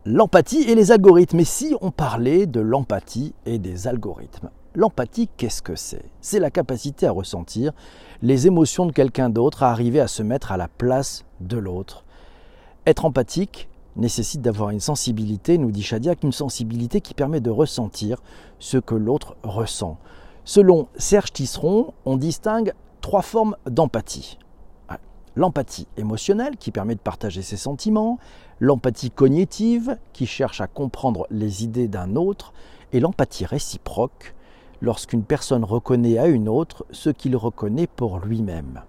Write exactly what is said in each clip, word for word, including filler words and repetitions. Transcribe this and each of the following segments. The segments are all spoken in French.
L'empathie et les algorithmes. Et si on parlait de l'empathie et des algorithmes? L'empathie, qu'est-ce que c'est? C'est la capacité à ressentir les émotions de quelqu'un d'autre, à arriver à se mettre à la place de l'autre. Être empathique nécessite d'avoir une sensibilité, nous dit Shadiak, une sensibilité qui permet de ressentir ce que l'autre ressent. Selon Serge Tisseron, on distingue trois formes d'empathie. L'empathie émotionnelle qui permet de partager ses sentiments, l'empathie cognitive qui cherche à comprendre les idées d'un autre et l'empathie réciproque lorsqu'une personne reconnaît à une autre ce qu'il reconnaît pour lui-même.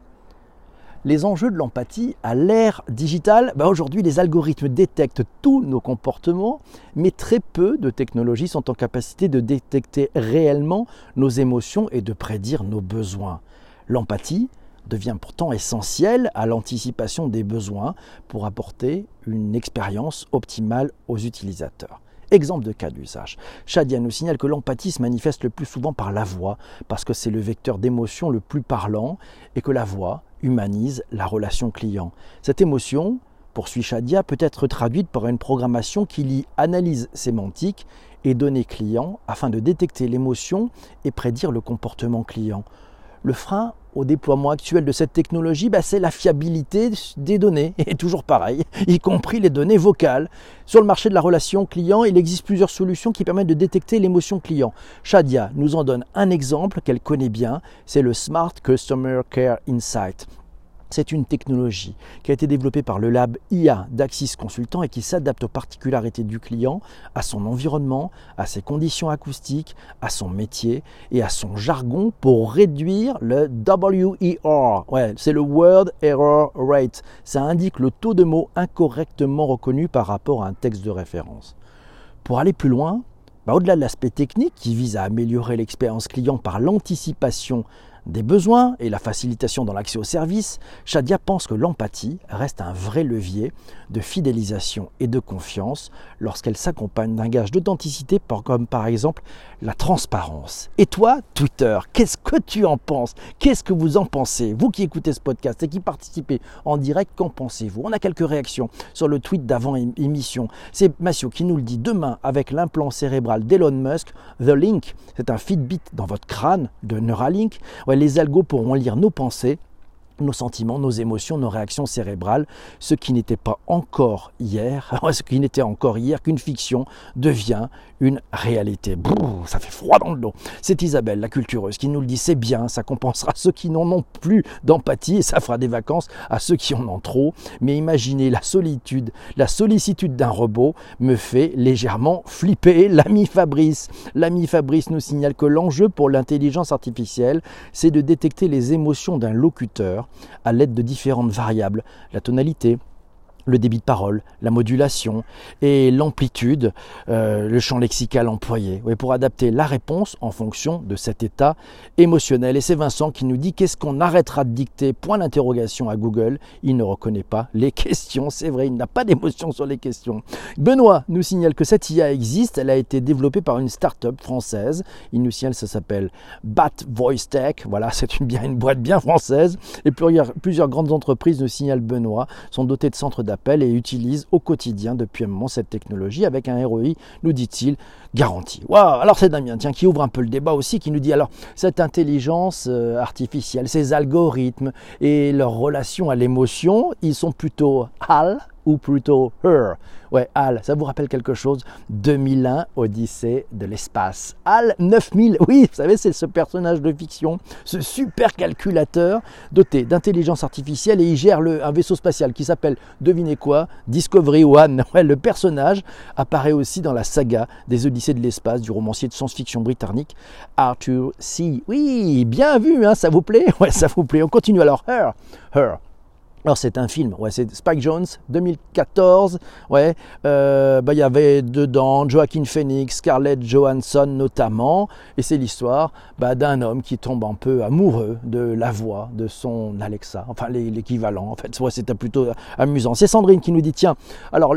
Les enjeux de l'empathie à l'ère digitale, bah aujourd'hui les algorithmes détectent tous nos comportements, mais très peu de technologies sont en capacité de détecter réellement nos émotions et de prédire nos besoins. L'empathie devient pourtant essentielle à l'anticipation des besoins pour apporter une expérience optimale aux utilisateurs. Exemple de cas d'usage. Shadia nous signale que l'empathie se manifeste le plus souvent par la voix, parce que c'est le vecteur d'émotion le plus parlant et que la voix humanise la relation client. Cette émotion, poursuit Shadia, peut être traduite par une programmation qui lie analyse sémantique et données clients afin de détecter l'émotion et prédire le comportement client. Le frein au déploiement actuel de cette technologie, bah, c'est la fiabilité des données, et toujours pareil, y compris les données vocales. Sur le marché de la relation client, il existe plusieurs solutions qui permettent de détecter l'émotion client. Shadia nous en donne un exemple qu'elle connaît bien, c'est le Smart Customer Care Insight. C'est une technologie qui a été développée par le lab I A d'Axis Consultant et qui s'adapte aux particularités du client, à son environnement, à ses conditions acoustiques, à son métier et à son jargon pour réduire le W E R. Ouais, c'est le Word Error Rate. Ça indique le taux de mots incorrectement reconnus par rapport à un texte de référence. Pour aller plus loin, bah, au-delà de l'aspect technique qui vise à améliorer l'expérience client par l'anticipation des besoins et la facilitation dans l'accès aux services, Shadia pense que l'empathie reste un vrai levier de fidélisation et de confiance lorsqu'elle s'accompagne d'un gage d'authenticité comme par exemple la transparence. Et toi, Twitter, qu'est-ce que tu en penses? Qu'est-ce que vous en pensez? Vous qui écoutez ce podcast et qui participez en direct, qu'en pensez-vous? On a quelques réactions sur le tweet d'avant-émission. C'est Massio qui nous le dit. Demain, avec l'implant cérébral d'Elon Musk, The Link, c'est un Fitbit dans votre crâne de Neuralink. Ouais, les algos pourront lire nos pensées, nos sentiments, nos émotions, nos réactions cérébrales. Ce qui n'était pas encore hier, ce qui n'était encore hier qu'une fiction devient une réalité. Brrr, ça fait froid dans le dos. C'est Isabelle, la cultureuse, qui nous le dit. C'est bien, ça compensera ceux qui n'en ont plus d'empathie et ça fera des vacances à ceux qui en ont trop. Mais imaginez la solitude, la sollicitude d'un robot me fait légèrement flipper. L'ami Fabrice, l'ami Fabrice nous signale que l'enjeu pour l'intelligence artificielle, c'est de détecter les émotions d'un locuteur à l'aide de différentes variables, la tonalité, le débit de parole, la modulation et l'amplitude, euh, le champ lexical employé, oui, pour adapter la réponse en fonction de cet état émotionnel. Et c'est Vincent qui nous dit: qu'est-ce qu'on arrêtera de dicter? Point d'interrogation à Google, il ne reconnaît pas les questions. C'est vrai, il n'a pas d'émotion sur les questions. Benoît nous signale que cette I A existe, elle a été développée par une start-up française. Il nous signale, ça s'appelle Bat Voice Tech. Voilà, c'est une, bien, une boîte bien française. Et plusieurs, plusieurs grandes entreprises, nous signale Benoît, sont dotées de centres d'appel et utilisent au quotidien depuis un moment cette technologie avec un R O I, nous dit-il, garanti. Waouh. Alors c'est Damien, tiens, qui ouvre un peu le débat aussi, qui nous dit alors cette intelligence euh, artificielle, ces algorithmes et leur relation à l'émotion, ils sont plutôt Hal ou plutôt Her? Ouais, Hal, ça vous rappelle quelque chose? deux mille un, Odyssée de l'espace. Hal neuf mille, oui, vous savez, c'est ce personnage de fiction, ce super calculateur doté d'intelligence artificielle, et il gère le, un vaisseau spatial qui s'appelle, devinez quoi, Discovery One. Ouais, le personnage apparaît aussi dans la saga des Odyssées de l'espace du romancier de science-fiction britannique Arthur C. Oui, bien vu, hein, ça vous plaît? Ouais, ça vous plaît. On continue alors. Her, Her. Alors c'est un film, ouais, c'est Spike Jonze, deux mille quatorze, ouais, euh, bah, il y avait dedans Joaquin Phoenix, Scarlett Johansson notamment, et c'est l'histoire bah, d'un homme qui tombe un peu amoureux de la voix de son Alexa, enfin l'équivalent, en fait, ouais, c'était plutôt amusant. C'est Sandrine qui nous dit, tiens, alors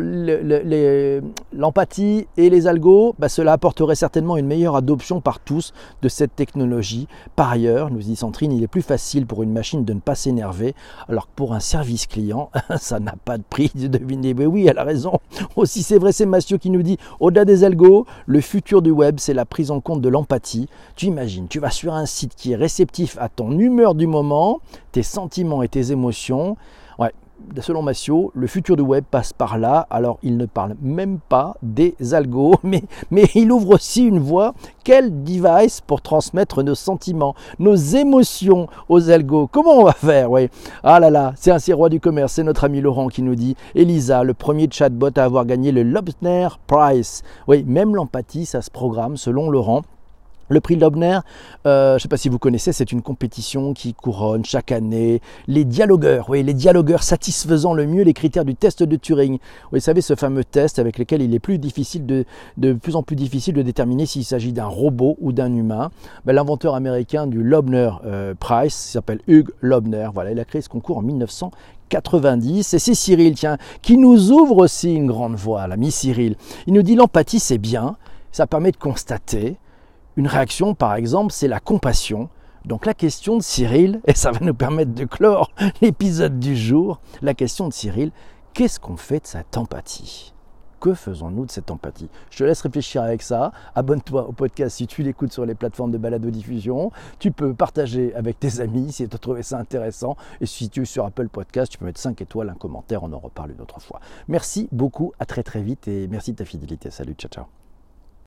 l'empathie et les algos, bah, cela apporterait certainement une meilleure adoption par tous de cette technologie. Par ailleurs, nous dit Sandrine, il est plus facile pour une machine de ne pas s'énerver, alors que pour un service client, ça n'a pas de prix, devinez. Mais oui, elle a raison. Aussi, c'est vrai, c'est Massieu qui nous dit, au-delà des algos, le futur du web, c'est la prise en compte de l'empathie. Tu imagines, tu vas sur un site qui est réceptif à ton humeur du moment, tes sentiments et tes émotions. Ouais. Selon Massieu, le futur du web passe par là. Alors, il ne parle même pas des algos, mais, mais il ouvre aussi une voie. Quel device pour transmettre nos sentiments, nos émotions aux algos? Comment on va faire? Oui. Ah là là, c'est un c'est roi du commerce. C'est notre ami Laurent qui nous dit Elisa, le premier chatbot à avoir gagné le Loebner Prize. Oui, même l'empathie, ça se programme selon Laurent. Le prix Loebner, euh, je ne sais pas si vous connaissez, c'est une compétition qui couronne chaque année les dialogueurs, oui, les dialogueurs satisfaisant le mieux les critères du test de Turing. Vous savez, ce fameux test avec lequel il est plus difficile de, de plus en plus difficile de déterminer s'il s'agit d'un robot ou d'un humain. Ben, l'inventeur américain du Loebner euh, Prize s'appelle Hugh Loebner. Voilà, il a créé ce concours en mille neuf cent quatre-vingt-dix. Et c'est Cyril, tiens, qui nous ouvre aussi une grande voie, l'ami Cyril. Il nous dit l'empathie, c'est bien, ça permet de constater. Une réaction, par exemple, c'est la compassion. Donc la question de Cyril, et ça va nous permettre de clore l'épisode du jour, la question de Cyril, qu'est-ce qu'on fait de cette empathie? Que faisons-nous de cette empathie? Je te laisse réfléchir avec ça. Abonne-toi au podcast si tu l'écoutes sur les plateformes de balado-diffusion. Tu peux partager avec tes amis si tu as trouvé ça intéressant. Et si tu es sur Apple Podcast, tu peux mettre cinq étoiles, un commentaire, on en reparle une autre fois. Merci beaucoup, à très très vite et merci de ta fidélité. Salut, ciao ciao.